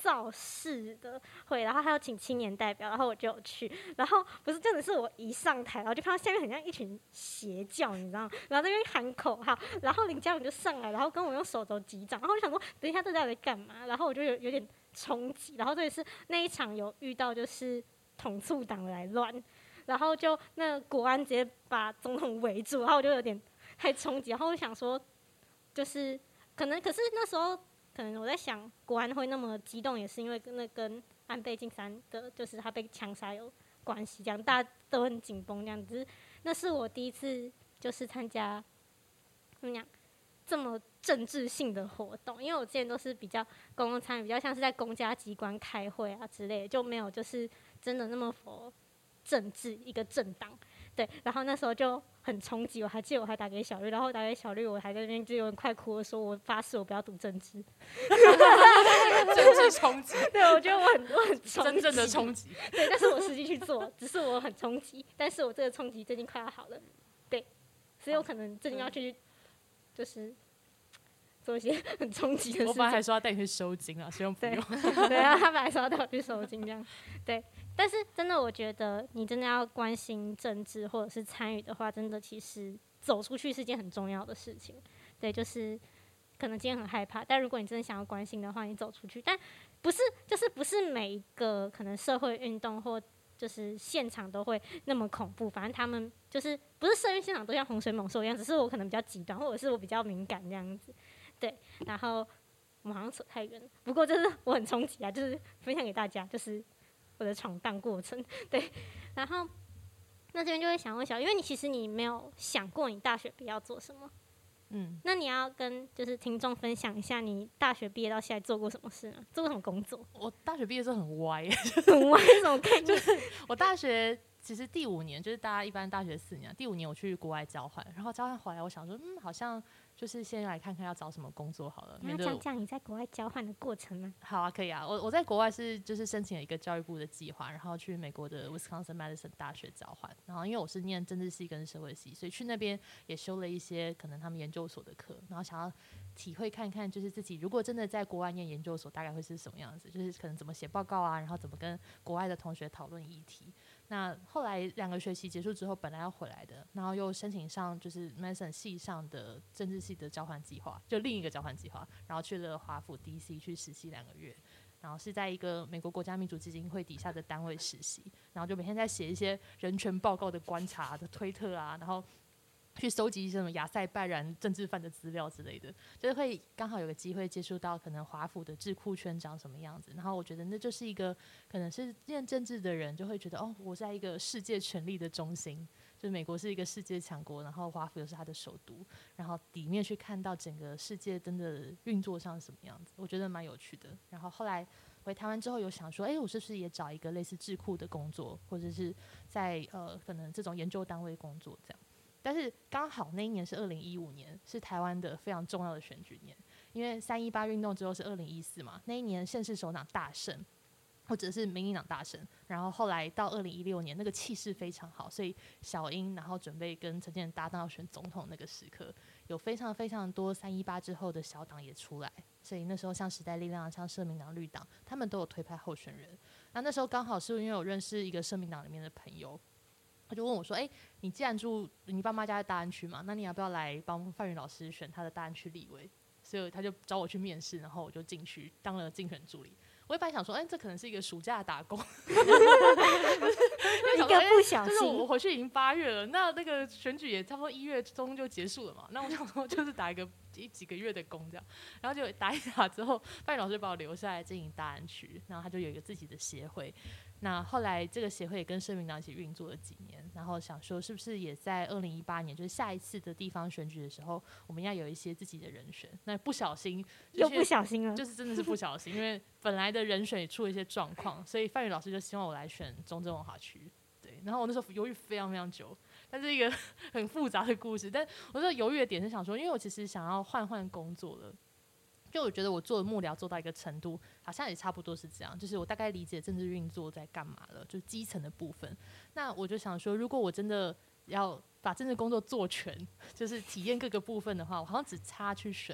造势的会，然后还有请青年代表，然后我就有去，然后不是真的是我一上台，然后就看到下面很像一群邪教，你知道吗？然后在那边喊口号，然后林佳荣就上来，然后跟我用手肘击掌，然后我就想说，等一下这到底在干嘛？然后我就有有点冲击，然后这也是那一场有遇到就是统促党来乱，然后就那个国安直接把总统围住，然后我就有点太冲击，然后我想说，就是可能可是那时候。可能我在想，国安会那么激动，也是因为跟那跟安倍晋三的，就是他被枪杀有关系，这样大家都很紧绷这样子。那是我第一次就是参加怎么讲这么政治性的活动，因为我之前都是比较公共参与，比较像是在公家机关开会啊之类的，就没有就是真的那么佛政治一个政党。对，然后那时候就很冲击，我还记得我还打给小绿，然后打给小绿，我还在那边就有点快哭的说，我发誓我不要读政治， 政治冲击， 对，我觉得我很我很冲击， 真正的冲击， 对，但是我实际去做，只是我很冲击，但是我这个冲击最近快要好了，对，所以我可能最近要去，就是做一些很冲击的事情。 我本来还说要带你去收金啊，希望不用。 对啊，他本来说要带我去收金这样，对。但是真的，我觉得你真的要关心政治或者是参与的话，真的其实走出去是件很重要的事情。对，就是可能今天很害怕，但如果你真的想要关心的话，你走出去。但不是，就是不是每一个可能社会运动或就是现场都会那么恐怖。反正他们就是不是社运现场都像洪水猛兽一样，只是我可能比较极端，或者是我比较敏感这样子。对，然后我们好像扯太远了，不过就是我很冲击啊，就是分享给大家，就是我的闯荡过程。对，然后那这边就会想问小，因为你其实你没有想过你大学毕业要做什么，嗯，那你要跟就是听众分享一下你大学毕业到现在做过什么事呢？做过什么工作？ 我大学毕业之后很歪， 很歪什么概念？ 就是我大学其实第五年，就是大家一般大学四年，第五年我去国外交换，然后交换回来，我想说，嗯，好像就是先来看看要找什么工作好了。 你要讲讲你在国外交换的过程吗？ 好啊，可以啊。我我在国外是就是申请了一个教育部的计划，然后去美国的 Wisconsin Madison 大学交换。然后因为我是念政治系跟社会系，所以去那边也修了一些可能他们研究所的课，然后想要体会看看，就是自己如果真的在国外念研究所，大概会是什么样子，就是可能怎么写报告啊，然后怎么跟国外的同学讨论议题。那后来两个学期结束之后，本来要回来的，然后又申请上就是 Madison 系上的政治系的交换计划，就另一个交换计划，然后去了华府 D C 去实习两个月，然后是在一个美国国家民主基金会底下的单位实习，然后就每天在写一些人权报告的观察的推特啊，然后去收集一些什么亚塞拜然政治犯的资料之类的，就是会刚好有个机会接触到可能华府的智库圈长什么样子，然后我觉得那就是一个可能是念政治的人就会觉得哦，我在一个世界权力的中心，就是美国是一个世界强国，然后华府又是它的首都，然后里面去看到整个世界真的运作上是什么样子，我觉得蛮有趣的。然后后来回台湾之后有想说，哎、欸，我是不是也找一个类似智库的工作，或者是在呃可能这种研究单位工作这样。但是刚好那一年是二零一五年，是台湾的非常重要的选举年，因为三一八运动之后是二零一四嘛，那一年县市首长大胜，或者是民进党大胜，然后后来到二零一六年那个气势非常好，所以小英然后准备跟陈建仁搭档要选总统那个时刻，有非常非常多三一八之后的小党也出来，所以那时候像时代力量、像社民党、绿党，他们都有推派候选人。那那时候刚好是因为我认识一个社民党里面的朋友。他就问我说：“哎、欸，你既然住你爸妈家在大安区嘛，那你要不要来帮范云老师选他的大安区立委？”所以他就找我去面试，然后我就进去当了竞选助理。我一般想说，哎、欸，这可能是一个暑假打工，一个不小心， 就是我回去已经八月了，那那个选举也差不多一月中就结束了嘛。那我想说，就是打一个一几个月的工这样，然后就打一打之后，范云老师把我留下来经营大安区，然后他就有一个自己的协会。那后来这个协会也跟社民党一起运作了几年，然后想说是不是也在二零一八年，就是下一次的地方选举的时候，我们要有一些自己的人选。那不小心又不小心了， 就是真的是不小心，因为本来的人选也出了一些状况，所以范宇老师就希望我来选中正文化区。对，然后我那时候犹豫非常非常久，但是一个很复杂的故事。但我那时候犹豫的点是想说，因为我其实想要换换工作了。就我觉得我做的幕僚做到一个程度，好像也差不多是这样，就是我大概理解政治运作在干嘛了，就是基层的部分。那我就想说，如果我真的要把政治工作做全，就是体验各个部分的话，我好像只差去选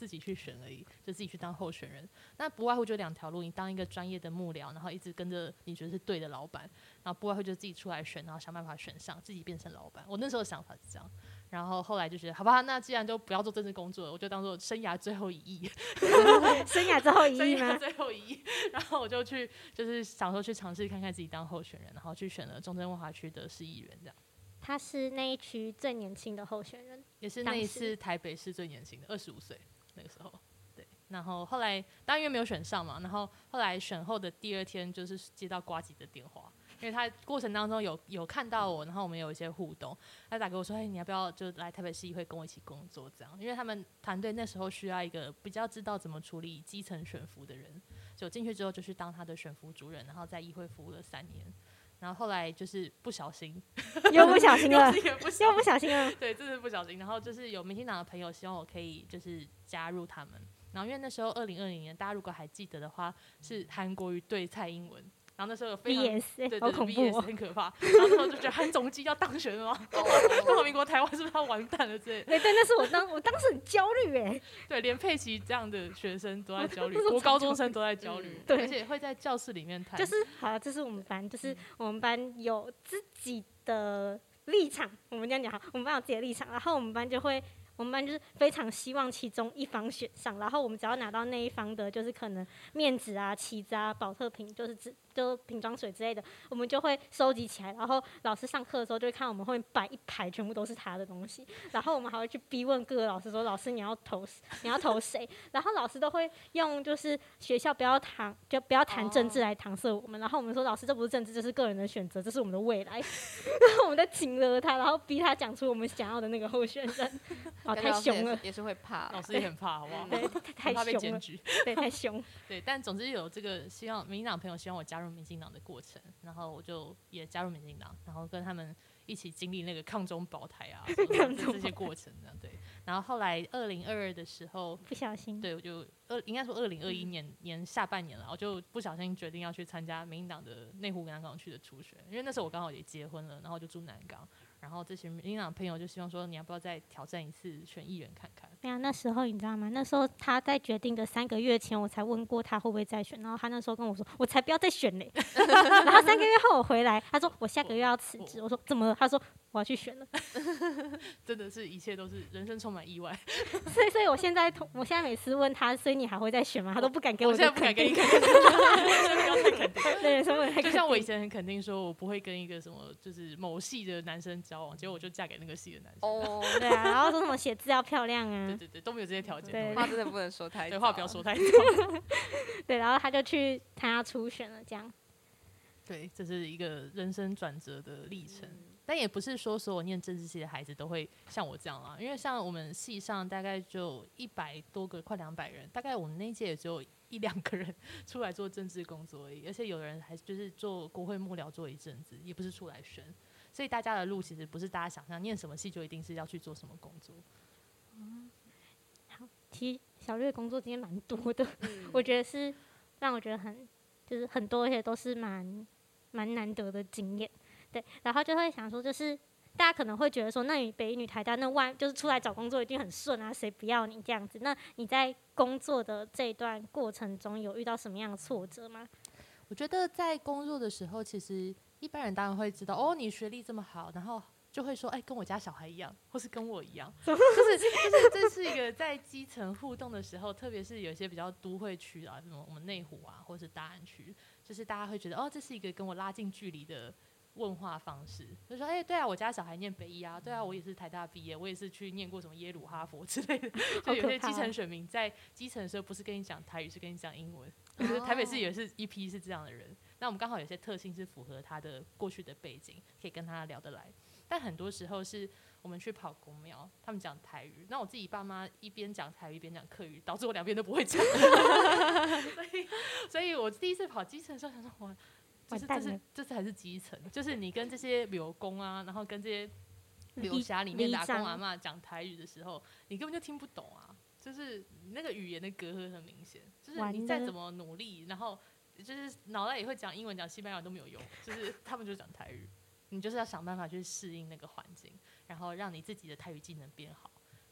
自己去选而已，就自己去当候选人。那不外乎就两条路，你当一个专业的幕僚，然后一直跟着你觉得是对的老板，然后不外乎就自己出来选，然后想办法选上，自己变成老板。我那时候的想法是这样，然后后来就觉得好吧，那既然都不要做政治工作了，我就当做生涯最后一役， 生涯最后一役吗？ 最后一役，然后我就去就是想说去尝试看看自己当候选人，然后去选了中正万华区的市议员这样。 他是那一区最年轻的候选人， 也是那一次台北市最年轻的，二十五岁那个时候。对，然后后来当然因为没有选上嘛，然后后来选后的第二天就是接到呱吉的电话，因为他过程当中有有看到我，然后我们有一些互动，他打给我说：“哎，你要不要就来台北市议会跟我一起工作？”这样，因为他们团队那时候需要一个比较知道怎么处理基层选服的人，就进去之后就去当他的选服主任，然后在议会服务了三年。然后后来就是不小心， 又不小心了， 又不又不小心了， 对，这是不小心。然后就是有民进党的朋友希望我可以就是加入他们，然后因为那时候二零二零年，大家如果还记得的话，是韩国瑜对蔡英文。然后那时候有非常 V S， 对对好恐怖、哦， 很可怕。然后那时候就觉得韩总机要当选了吗？中华民国台湾是不是要完蛋了之类的？ 对对，那是我当我当时很焦虑哎。 对，连佩奇这样的学生都在焦虑，国高中生都在焦虑、嗯，对，而且会在教室里面谈。 就是好，这是我们班，就是我们班有自己的立场，我们这样讲好，我们班有自己的立场，然后我们班就会。我们班就是非常希望其中一方选上，然后我们只要拿到那一方的，就是可能面纸啊、旗子啊、保特瓶，就是就瓶装水之类的，我们就会收集起来。然后老师上课的时候就会看我们后面摆一排，全部都是他的东西。然后我们还会去逼问各个老师说：“老师你要投你要投谁？”然后老师都会用就是学校不要谈就不要谈政治来搪塞我们。然后我们说：“老师这不是政治，这是个人的选择，这是我们的未来。”然后我们在请了他，然后逼他讲出我们想要的那个候选人。哦，太凶了， 也是会怕， 老师也很怕，好不好？ 对，太怕被检举， 对，太凶。 对，但总之有这个希望，民进党朋友希望我加入民进党的过程，然后我就也加入民进党，然后跟他们一起经历那个抗中保台啊，这些过程的，对。然后后来二零二二的时候， 不小心， 对，我就二应该说二零二一年年下半年了，我就不小心决定要去参加民进党的内湖南港区的初选，因为那时候我刚好也结婚了，然后就住南港。然后这些民进党朋友就希望说，你要不要再挑战一次选议员看看？ 对啊，那时候你知道吗？那时候他在决定的三个月前，我才问过他会不会再选，然后他那时候跟我说，我才不要再选嘞。然后三个月后我回来，他说我下个月要辞职，我说怎么了？他说我要去选了。 真的是一切都是人生充满意外。 所以，所以我现在我现在每次问他，所以你还会再选吗？他都不敢给我。 我现在不敢给你肯定，不要太肯定。 对，什么就像我以前很肯定说，我不会跟一个什么就是某系的男生交往，结果我就嫁给那个系的男生。 哦，对啊，然后说什么写字要漂亮啊， 对对对，都没有这些条件。 对， 话真的不能说太早， 对，话不要说太早。 对，然后他就去参加初选了，这样。 对，这是一个人生转折的历程。嗯，但也不是说所有念政治系的孩子都会像我这样啦，因为像我们系上大概就一百多个，快两百人，大概我们那一届也只有一两个人出来做政治工作而已，而且有人还就是做国会幕僚做一阵子，也不是出来选，所以大家的路其实不是大家想象，念什么系就一定是要去做什么工作。 嗯，好，其实小绿的工作今天蛮多的，嗯，我觉得是让我觉得很就是很多，而且都是蛮蛮难得的经验。对，然后就会想说，就是大家可能会觉得说，那你北一女台大那外就是出来找工作一定很顺啊，谁不要你这样子？那你在工作的这一段过程中有遇到什么样的挫折吗？ 我觉得在工作的时候，其实一般人当然会知道，哦，你学历这么好，然后就会说，哎，跟我家小孩一样，或是跟我一样，就是就是这是一个在基层互动的时候，特别是有一些比较都会区啊，什么我们内湖啊，或是大安区，就是大家会觉得，哦，这是一个跟我拉近距离的问话方式，就说，哎、欸，对啊，我家小孩念北医啊，对啊，我也是台大毕业，我也是去念过什么耶鲁、哈佛之类的。就有些基层选民在基层的时候，不是跟你讲台语，是跟你讲英文。就是台北市也是一批是这样的人，那我们刚好有些特性是符合他的过去的背景，可以跟他聊得来。但很多时候是我们去跑公庙，他们讲台语，那我自己爸妈一边讲台语一边讲客语，导致我两边都不会讲。所以，所以我第一次跑基层的时候，想说哇。就是这是这是还是基层，就是你跟这些流工啊，然后跟这些流辖里面的阿公阿嬷讲台语的时候，你根本就听不懂啊，就是那个语言的隔阂很明显，就是你再怎么努力，然后就是脑袋也会讲英文、讲西班牙都没有用，就是他们就讲台语，你就是要想办法去适应那个环境，然后让你自己的台语技能变好。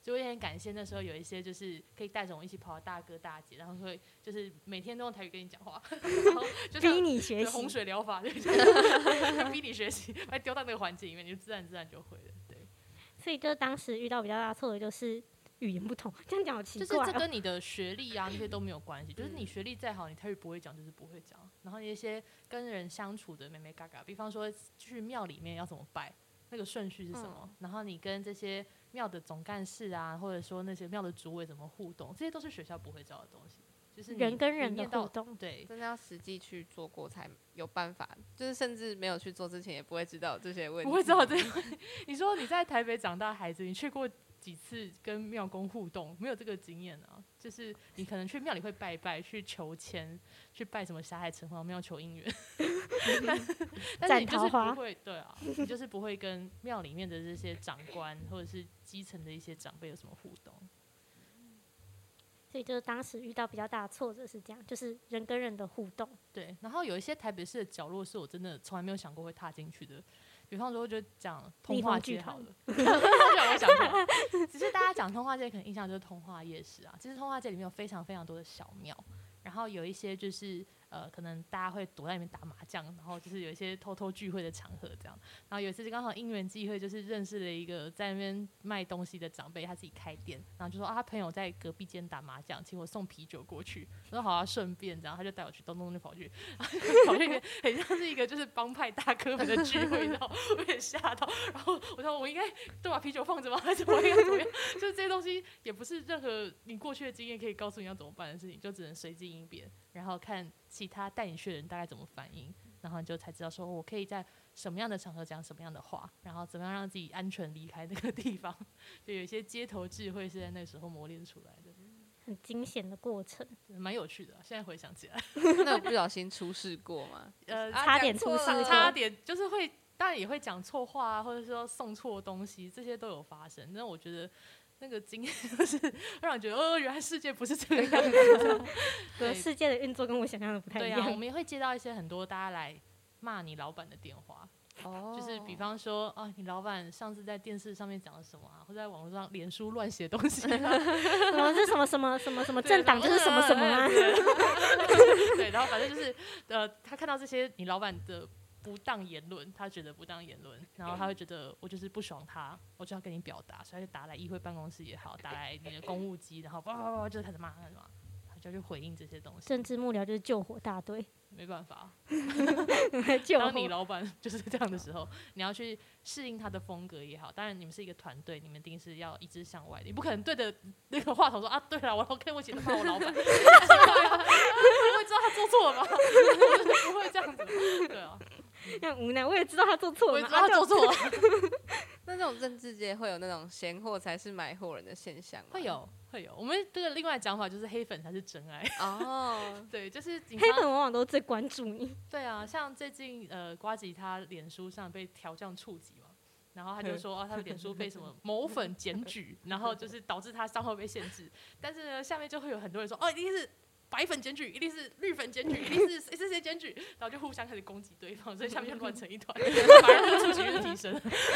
就会很感谢那时候有一些就是可以带着我一起跑的大哥大姐，然后会就是每天都用台语跟你讲话，然后就像逼你学习洪水疗法，对，逼你学习，把你丢到那个环境里面，你就自然自然就会了。对， 所以就当时遇到比较大的挫折就是语言不同，这样讲好奇就是怪、哦。 这跟你的学历啊那些都没有关系，就是你学历再好，你台语不会讲就是不会讲。然后一些跟人相处的妹妹嘎嘎，比方说去庙里面要怎么拜，那个顺序是什么，嗯、然后你跟这些庙的总干事啊，或者说那些庙的主委怎么互动，这些都是学校不会教的东西。就是人跟人的互动， 对， 真的要实际去做过才有办法。就是甚至没有去做之前，也不会知道这些问题。 不会知道这些问题。你说你在台北长大的孩子，你去过几次跟庙公互动？没有这个经验啊。就是你可能去庙里会拜拜，去求签，去拜什么霞海城隍庙求姻缘，但是你就是不会，对啊，你就是不会跟庙里面的这些长官或者是基层的一些长辈有什么互动。 所以就是当时遇到比较大的挫折是这样，就是人跟人的互动。 对，然后有一些台北市的角落是我真的从来没有想过会踏进去的，比方说就讲通化街好了，通化街我想过，只是大家讲通化街可能印象就是通化夜市啊，其实通化街里面有非常非常多的小庙，然后有一些就是呃，可能大家会躲在里面打麻将，然后就是有一些偷偷聚会的场合这样。然后有一次就刚好因缘际会，就是认识了一个在那边卖东西的长辈，他自己开店，然后就说啊，他朋友在隔壁间打麻将，请我送啤酒过去。我说好啊，顺便这样，他就带我去，咚咚就跑去，跑去很像是一个就是帮派大哥们的聚会，然后我有点吓到。然后我说我应该都把啤酒放着吗？还是我应该怎么样？就是这些东西也不是任何你过去的经验可以告诉你要怎么办的事情，就只能随机应变，然后看其他带你去的人大概怎么反应，然后你就才知道说我可以在什么样的场合讲什么样的话，然后怎么样让自己安全离开那个地方。就有一些街头智慧是在那时候磨练出来的， 很惊险的过程， 蛮有趣的、啊。现在回想起来， 那有不小心出事过吗？ 呃，差点出事过， 差点就是会，当然也会讲错话啊，或者说送错东西，这些都有发生。但我觉得。那个经验就是让人觉得，哦，原来世界不是这个样子。 对，世界的运作跟我想象的不太一样。 对啊，我们也会接到一些很多大家来骂你老板的电话。哦，就是比方说，啊，你老板上次在电视上面讲了什么啊，或者在网络上脸书乱写东西、啊， 什么是什么什么什么什么政党就是什么什么啊。 对，然后反正就是，呃，他看到这些你老板的不当言论，他觉得不当言论，然后他会觉得我就是不爽他，我就要跟你表达，所以他就打来议会办公室也好，打来你的公务机，然后叭叭叭就开始骂他嘛，他就去回应这些东西。 政治幕僚就是救火大队， 没办法， 救火当你老板就是这样的时候，你要去适应他的风格也好。当然，你们是一个团队，你们一定是要一致向外的，你不可能对着那个话筒说啊，对了，我跟我一起骂我老板，对啊，你会知道他做错了吗？不会这样子，对啊。 很无奈，我也知道他做错了， 我也知道他做错了。 那这种政治界会有那种闲货才是买货人的现象吗？ 会有，会有。我们这个另外讲法就是黑粉才是真爱。 哦， 对，就是黑粉往往都最关注你。 对啊，像最近呃，呱吉他脸书上被调降触及嘛，然后他就说哦，他的脸书被什么某粉检举，然后就是导致他账号被限制。但是呢，下面就会有很多人说哦，一定是。白粉检举，一定是绿粉检举，一定是谁谁谁检举，然后就互相开始攻击对方，所以下面就乱成一团，反而那个触及率提升。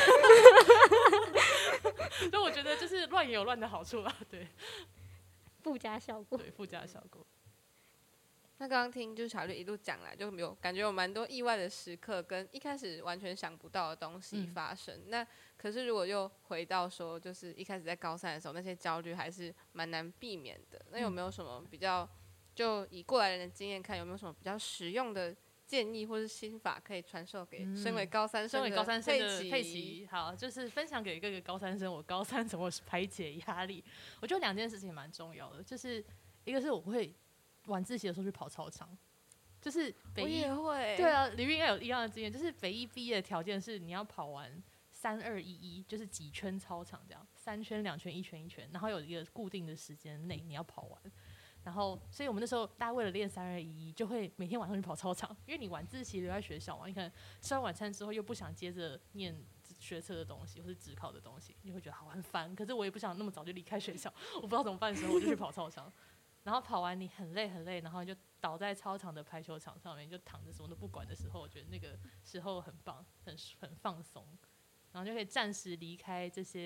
所以我觉得就是乱也有乱的好处啦，对， 附加效果， 对，附加效果。 那刚刚听就是小绿一路讲来，就有感觉有蛮多意外的时刻，跟一开始完全想不到的东西发生。嗯、那可是如果又回到说，就是一开始在高三的时候，那些焦虑还是蛮难避免的。那有没有什么比较？就以过来人的经验看，有没有什么比较实用的建议或是心法可以传授给身为高三生的身为高三生的佩奇？好，就是分享给各个高三生，我高三怎么排解压力。我觉得两件事情蛮重要的，就是一个是我会晚自习的时候去跑操场，就是北一我也会， 对啊，李玉应该有一样的经验，就是北一毕业的条件是你要跑完三二一一，就是几圈操场这样，三圈、两圈、一圈、一圈，然后有一个固定的时间内你要跑完。然后，所以我们那时候大家为了练三二一一，就会每天晚上去跑操场，因为你晚自习留在学校嘛，你可能吃完晚餐之后又不想接着念学测的东西或是指考的东西，你会觉得好很烦。可是我也不想那么早就离开学校，我不知道怎么办的时候，我就去跑操场。然后跑完你很累很累，然后你就倒在操场的排球场上面，就躺着什么都不管的时候，我觉得那个时候很棒，很很放松，然后就可以暂时离开这些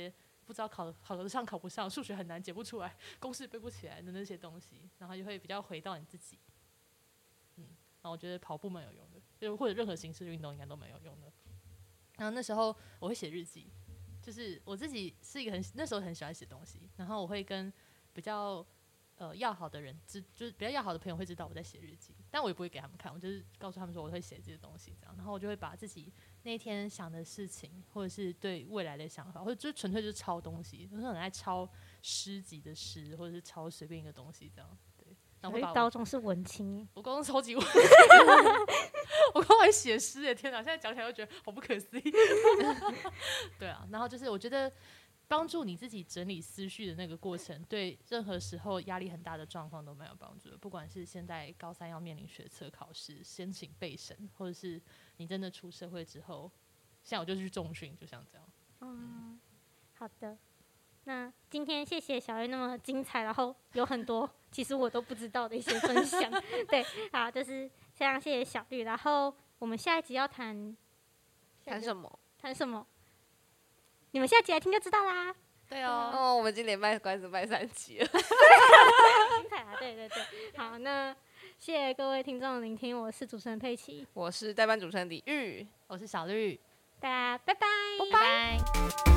不知道考考得上考不上，数学很难解不出来，公式背不起来的那些东西，然后就会比较回到你自己。嗯，然后我觉得跑步蛮有用的，就或者任何形式的运动应该都蛮有用的。然后那时候我会写日记，就是我自己是一个很那时候很喜欢写东西，然后我会跟比较呃要好的人知，就是比较要好的朋友会知道我在写日记，但我也不会给他们看，我就是告诉他们说我会写这些东西这样，然后我就会把自己那一天想的事情，或者是对未来的想法，或者就纯粹就是抄东西，就是很爱抄诗集的诗，或者是抄随便一个东西这样。对，然后会把我高中是文青， 我高中超级文青，我高中还写诗耶！天哪，现在讲起来都觉得好不可思议。对啊，然后就是我觉得帮助你自己整理思绪的那个过程，对任何时候压力很大的状况都蛮有帮助的。不管是现在高三要面临学测考试、申请备审，或者是你真的出社会之后，现在我就去重训，就像这样。 嗯，好的。那今天谢谢小月那么精彩，然后有很多其实我都不知道的一些分享。对，好，就是非常谢谢小绿。然后我们下一集要谈谈什么？ 谈什么？你们下集来听就知道啦。 对哦， 哦，我们今年卖关子卖三集了， 精彩啊！对对对，好，那谢谢各位听众的聆听，我是主持人佩奇， 我是代班主持人李玉， 我是小绿， 大家拜拜， 拜拜。